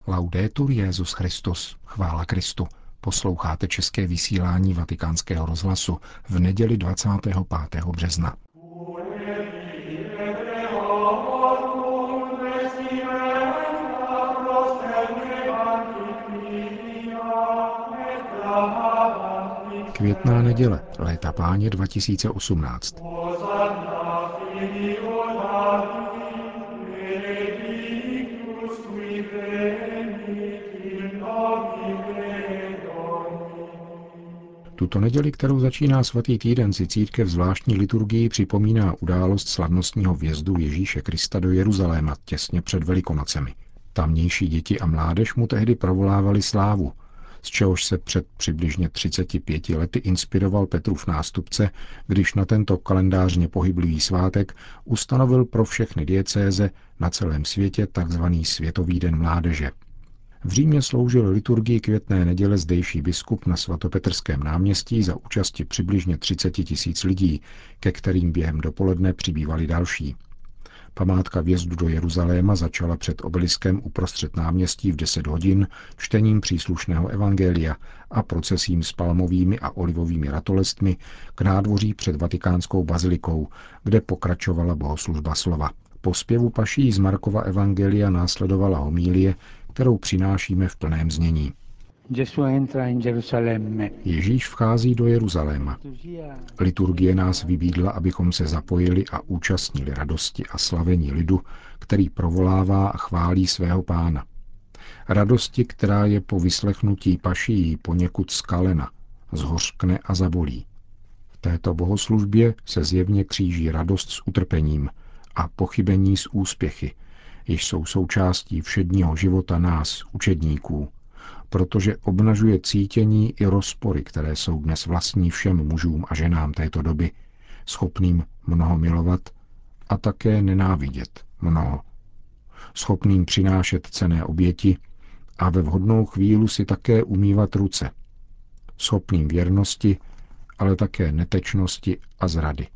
Laudetur Jesus Christus, chvála Kristu. Posloucháte české vysílání Vatikánského rozhlasu v neděli 25. března. Květná neděle, léta Páně 2018. Tuto neděli, kterou začíná svatý týden, si církev zvláštní liturgii připomíná událost slavnostního vjezdu Ježíše Krista do Jeruzaléma těsně před Velikonocemi. Tamnější děti a mládež mu tehdy provolávali slávu, z čehož se před přibližně 35 lety inspiroval Petrův nástupce, když na tento kalendářně pohyblivý svátek ustanovil pro všechny diecéze na celém světě tzv. Světový den mládeže. V Římě sloužil liturgii květné neděle zdejší biskup na svatopetrském náměstí za účasti přibližně 30 000 lidí, ke kterým během dopoledne přibývali další. Památka vjezdu do Jeruzaléma začala před obeliskem uprostřed náměstí v 10 hodin čtením příslušného evangelia a procesím s palmovými a olivovými ratolestmi k nádvoří před Vatikánskou bazilikou, kde pokračovala bohoslužba slova. Po zpěvu paší z Markova evangelia následovala homilie, kterou přinášíme v plném znění. Ježíš vchází do Jeruzaléma. Liturgie nás vybídla, abychom se zapojili a účastnili radosti a slavení lidu, který provolává a chválí svého Pána. Radosti, která je po vyslechnutí paší poněkud skalena, zhořkne a zabolí. V této bohoslužbě se zjevně kříží radost s utrpením a pochybení s úspěchy, jež jsou součástí všedního života nás, učedníků, protože obnažuje cítění i rozpory, které jsou dnes vlastní všem mužům a ženám této doby, schopným mnoho milovat a také nenávidět mnoho, schopným přinášet cenné oběti a ve vhodnou chvíli si také umývat ruce, schopným věrnosti, ale také netečnosti a zrady.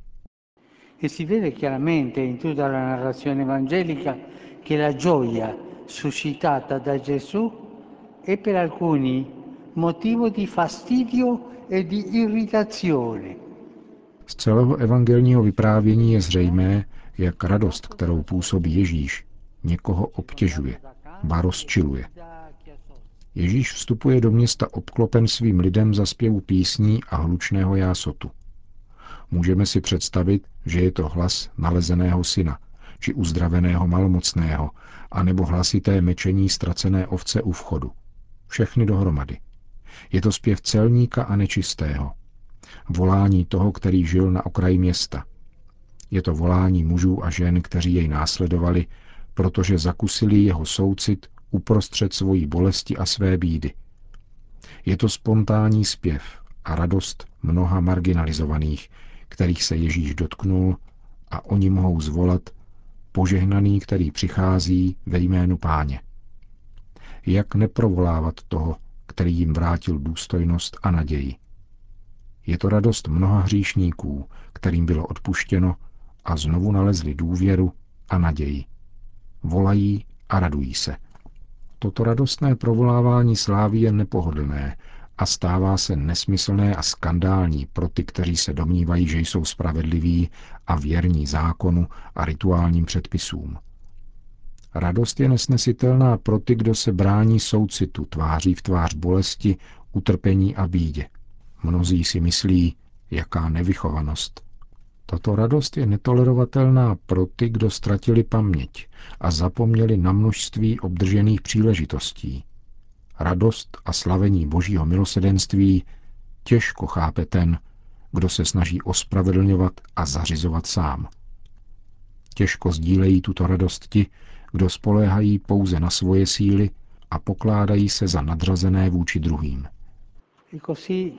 E si vede chiaramente in tutta la narrazione evangelica che la gioia suscitata da Gesù è per alcuni motivo di fastidio e di irritazione. Z celého evangelního vyprávění je zřejmé, jak radost, kterou působí Ježíš, někoho obtěžuje, ba rozčiluje. Ježíš vstupuje do města obklopen svým lidem za zpěvu písní a hlučného jásotu. Můžeme si představit, že je to hlas nalezeného syna, či uzdraveného malomocného, anebo hlasité mečení ztracené ovce u vchodu. Všechny dohromady. Je to zpěv celníka a nečistého. Volání toho, který žil na okraji města. Je to volání mužů a žen, kteří jej následovali, protože zakusili jeho soucit uprostřed svojí bolesti a své bídy. Je to spontánní zpěv a radost mnoha marginalizovaných, kterých se Ježíš dotknul a oni mohou zvolat požehnaný, který přichází ve jménu Páně. Jak neprovolávat toho, který jim vrátil důstojnost a naději. Je to radost mnoha hříšníků, kterým bylo odpuštěno a znovu nalezli důvěru a naději. Volají a radují se. Toto radostné provolávání slávy je nepohodlné a stává se nesmyslné a skandální pro ty, kteří se domnívají, že jsou spravedliví a věrní zákonu a rituálním předpisům. Radost je nesnesitelná pro ty, kdo se brání soucitu tváří v tvář bolesti, utrpení a bídě. Mnozí si myslí, jaká nevychovanost. Tato radost je netolerovatelná pro ty, kdo ztratili paměť a zapomněli na množství obdržených příležitostí. Radost a slavení Božího milosedenství těžko chápe ten, kdo se snaží ospravedlňovat a zařizovat sám. Těžko sdílejí tuto radost ti, kdo spoléhají pouze na svoje síly a pokládají se za nadřazené vůči druhým. E così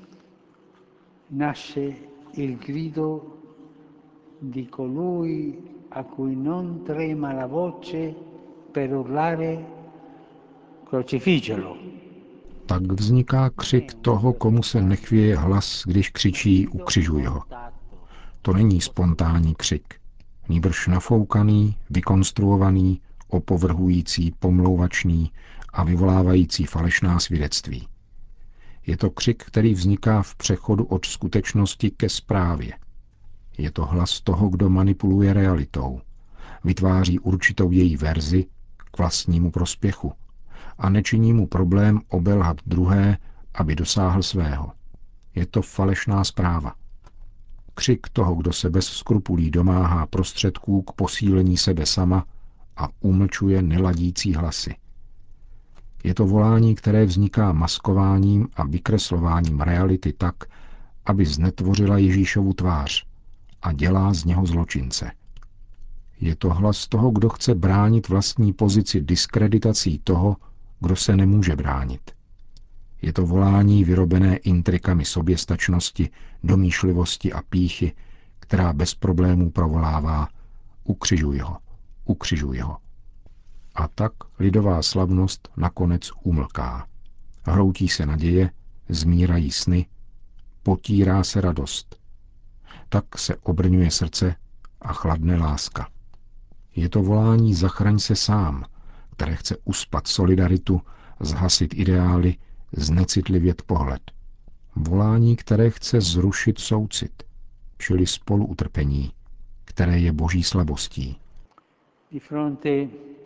nasce il grido di colui a cui non trema la voce per urlare crocifiggelo. Tak vzniká křik toho, komu se nechvěje hlas, když křičí ukřižuj ho. To není spontánní křik, nýbrž nafoukaný, vykonstruovaný, opovrhující, pomlouvačný a vyvolávající falešná svědectví. Je to křik, který vzniká v přechodu od skutečnosti ke zprávě. Je to hlas toho, kdo manipuluje realitou, vytváří určitou její verzi k vlastnímu prospěchu a nečiní mu problém obelhat druhé, aby dosáhl svého. Je to falešná zpráva. Křik toho, kdo se bez skrupulí domáhá prostředků k posílení sebe sama a umlčuje neladící hlasy. Je to volání, které vzniká maskováním a vykreslováním reality tak, aby znetvořila Ježíšovu tvář a dělá z něho zločince. Je to hlas toho, kdo chce bránit vlastní pozici diskreditací toho, kdo se nemůže bránit. Je to volání vyrobené intrikami soběstačnosti, domýšlivosti a pýchy, která bez problémů provolává: ukřižuj ho, ukřižuj ho. A tak lidová slavnost nakonec umlká. Hroutí se naděje, zmírají sny, potírá se radost. Tak se obrňuje srdce a chladne láska. Je to volání zachraň se sám, které chce uspat solidaritu, zhasit ideály, znecitlivět pohled. Volání, které chce zrušit soucit, čili spoluutrpení, které je boží slabostí. Di fronte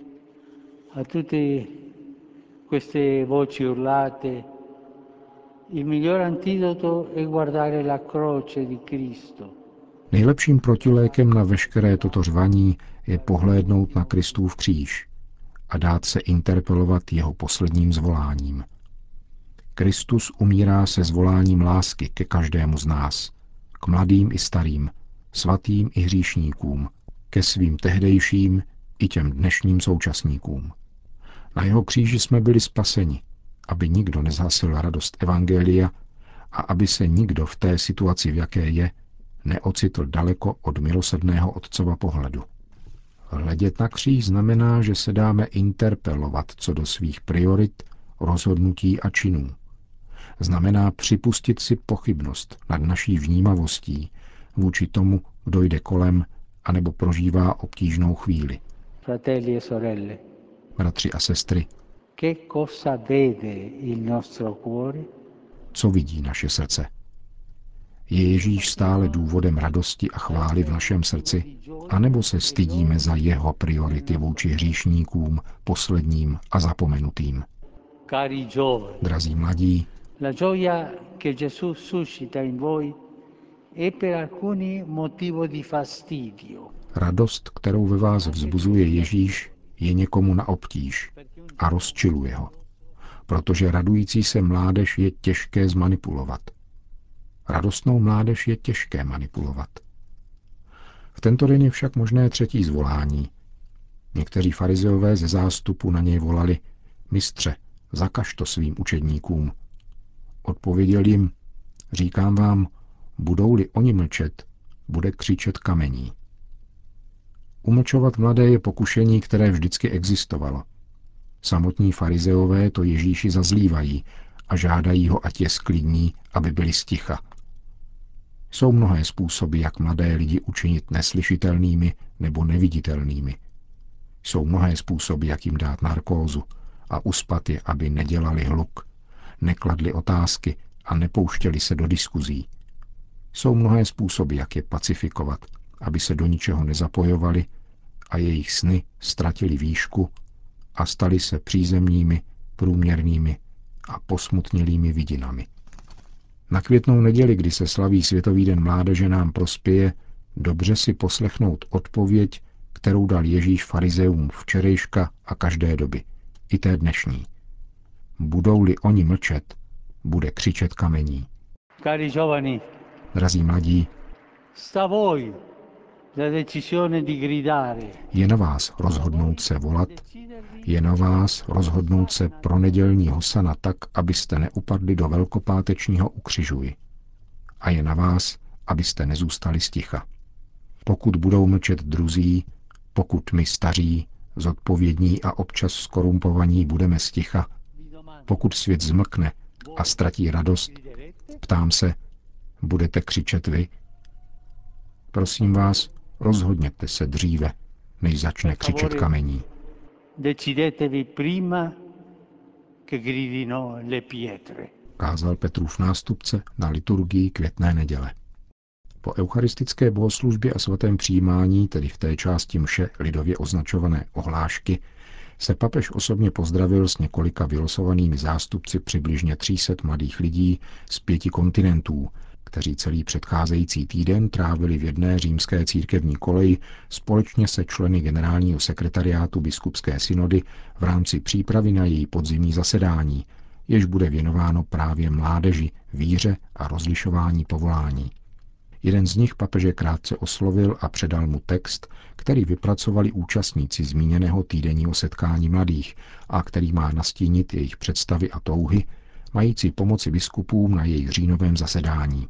a tutte queste voci urlate, il miglior antidoto è guardare la croce di Cristo. Nejlepším protilékem na veškeré toto řvaní je pohlédnout na Kristův kříž a dát se interpelovat jeho posledním zvoláním. Kristus umírá se zvoláním lásky ke každému z nás, k mladým i starým, svatým i hříšníkům, ke svým tehdejším i těm dnešním současníkům. Na jeho kříži jsme byli spaseni, aby nikdo nezhasil radost evangelia a aby se nikdo v té situaci, v jaké je, neocitl daleko od milosrdného Otcova pohledu. Hledět na kříž znamená, že se dáme interpelovat co do svých priorit, rozhodnutí a činů. Znamená připustit si pochybnost nad naší vnímavostí vůči tomu, kdo jde kolem anebo prožívá obtížnou chvíli. Fratelli e sorelle, Bratři a sestry, che cosa vede il nostro cuore? co vidí naše srdce? Je Ježíš stále důvodem radosti a chvály v našem srdci, anebo se stydíme za jeho priority vůči hříšníkům, posledním a zapomenutým? Cari giovani, Drazí mladí, la gioia che Gesù suscita in voi è per alcuni motivo di fastidio. radost, kterou ve vás vzbuzuje Ježíš, je někomu na obtíž a rozčiluje ho, protože radující se mládež je těžké zmanipulovat. Radostnou mládež je těžké manipulovat. V tento den je však možné třetí zvolání. Někteří farizeové ze zástupu na něj volali: Mistře, zakaž to svým učedníkům. Odpověděl jim: říkám vám, budou-li oni mlčet, bude křičet kamení. Umlčovat mladé je pokušení, které vždycky existovalo. Samotní farizeové to Ježíši zazlívají a žádají ho, ať je sklidní, aby byli sticha. Jsou mnohé způsoby, jak mladé lidi učinit neslyšitelnými nebo neviditelnými. Jsou mnohé způsoby, jak jim dát narkózu a uspat je, aby nedělali hluk, nekladli otázky a nepouštěli se do diskuzí. Jsou mnohé způsoby, jak je pacifikovat, aby se do ničeho nezapojovali a jejich sny ztratili výšku a stali se přízemními, průměrnými a posmutnělými vidinami. Na Květnou neděli, kdy se slaví Světový den mládeže, nám prospěje dobře si poslechnout odpověď, kterou dal Ježíš farizeům včerejška a každé doby, i té dnešní. Budou-li oni mlčet, bude křičet kamení. Cari giovani, Drazí mladí, sta a voi la decisione di gridare. je na vás rozhodnout se volat, je na vás rozhodnout se pro nedělní hosana tak, abyste neupadli do velkopátečního ukřižuji. A je na vás, abyste nezůstali sticha. Pokud budou mlčet druzí, pokud my staří, zodpovědní a občas skorumpovaní budeme sticha, pokud svět zmlkne a ztratí radost, ptám se, budete křičet vy? Prosím vás, rozhodněte se dříve, než začne křičet kamení. Decidetevi prima che gridino le pietre. Kázal Petrův nástupce na liturgii Květné neděle. Po eucharistické bohoslužbě a svatém přijímání, tedy v té části mše lidově označované ohlášky, se papež osobně pozdravil s několika vylosovanými zástupci přibližně 300 mladých lidí z 5 kontinentů, kteří celý předcházející týden trávili v jedné římské církevní koleji společně se členy generálního sekretariátu biskupské synody v rámci přípravy na její podzimní zasedání, jež bude věnováno právě mládeži, víře a rozlišování povolání. Jeden z nich papeže krátce oslovil a předal mu text, který vypracovali účastníci zmíněného týdenního setkání mladých a který má nastínit jejich představy a touhy, mající pomoci biskupům na jejich říjnovém zasedání.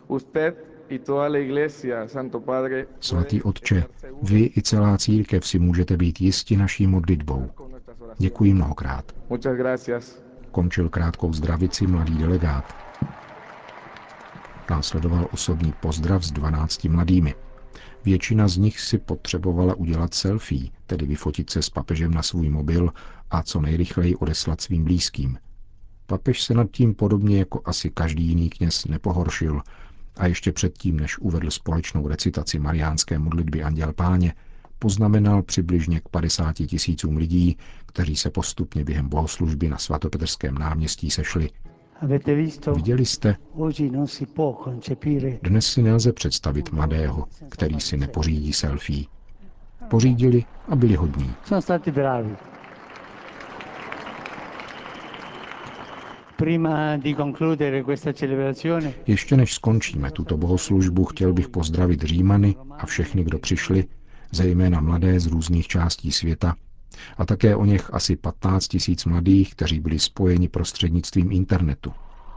Svatý otče, vy i celá církev si můžete být jisti naší modlitbou. Děkuji mnohokrát. Končil krátkou zdravici mladý delegát. Následoval osobní pozdrav s 12 mladými. Většina z nich si potřebovala udělat selfie, tedy vyfotit se s papežem na svůj mobil a co nejrychleji odeslat svým blízkým. Papež se nad tím podobně jako asi každý jiný kněz nepohoršil a ještě předtím, než uvedl společnou recitaci mariánské modlitby Anděl Páně, poznamenal přibližně k 50 000 lidí, kteří se postupně během bohoslužby na svatopetrském náměstí sešli. Viděli jste? Dnes si nelze představit mladého, který si nepořídí selfie. Pořídili a byli hodní. Ještě než skončíme tuto bohoslužbu, chtěl bych pozdravit Římany a všechny, kdo přišli, zejména mladé z různých částí světa, a také o něch asi 15 000 mladých, kteří byli spojeni prostřednictvím internetu.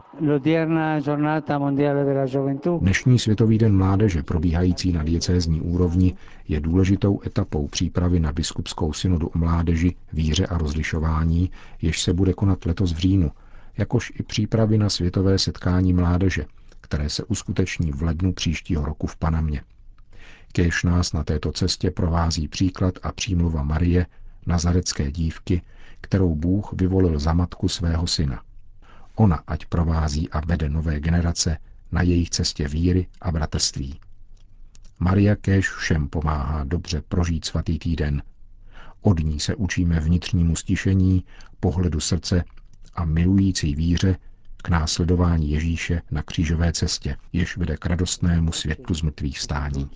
Dnešní Světový den mládeže, probíhající na diecézní úrovni, je důležitou etapou přípravy na biskupskou synodu o mládeži, víře a rozlišování, jež se bude konat letos v říjnu, jakož i přípravy na světové setkání mládeže, které se uskuteční v lednu příštího roku v Panamě. Kéž nás na této cestě provází příklad a přímluva Marie, nazaretské dívky, kterou Bůh vyvolil za matku svého syna. Ona ať provází a vede nové generace na jejich cestě víry a bratrství. Maria kéž všem pomáhá dobře prožít svatý týden. Od ní se učíme vnitřnímu stišení, pohledu srdce a milující víře k následování Ježíše na křížové cestě, jež vede k radostnému světlu zmrtvých vstání.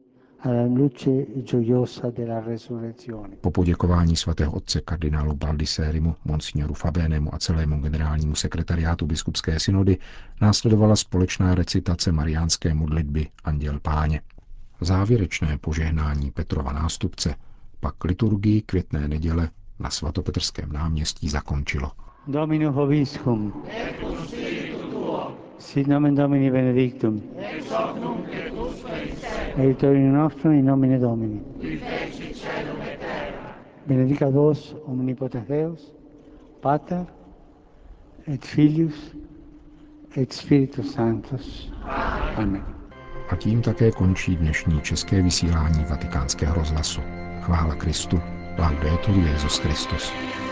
Po poděkování svatého otce kardinálu Baldisserimu, monsignoru Fabénemu a celému generálnímu sekretariátu biskupské synody následovala společná recitace mariánské modlitby Anděl Páně. Závěrečné požehnání Petrova nástupce pak liturgii Květné neděle na svatopetrském náměstí zakončilo. Dominus vobiscum. Sit nomen Domini benedictum. Ex hoc nunc et usque in seculum. Aiutorium nostrum in nomine Domini. Qui fecit caelum et terra. Benedicat vos omnipotens Deus, Pater et Filius et Spiritus Sanctus. Amen. A tím také končí dnešní české vysílání Vatikánského rozhlasu. Chvála Kristu, laudetur Jesus Christus.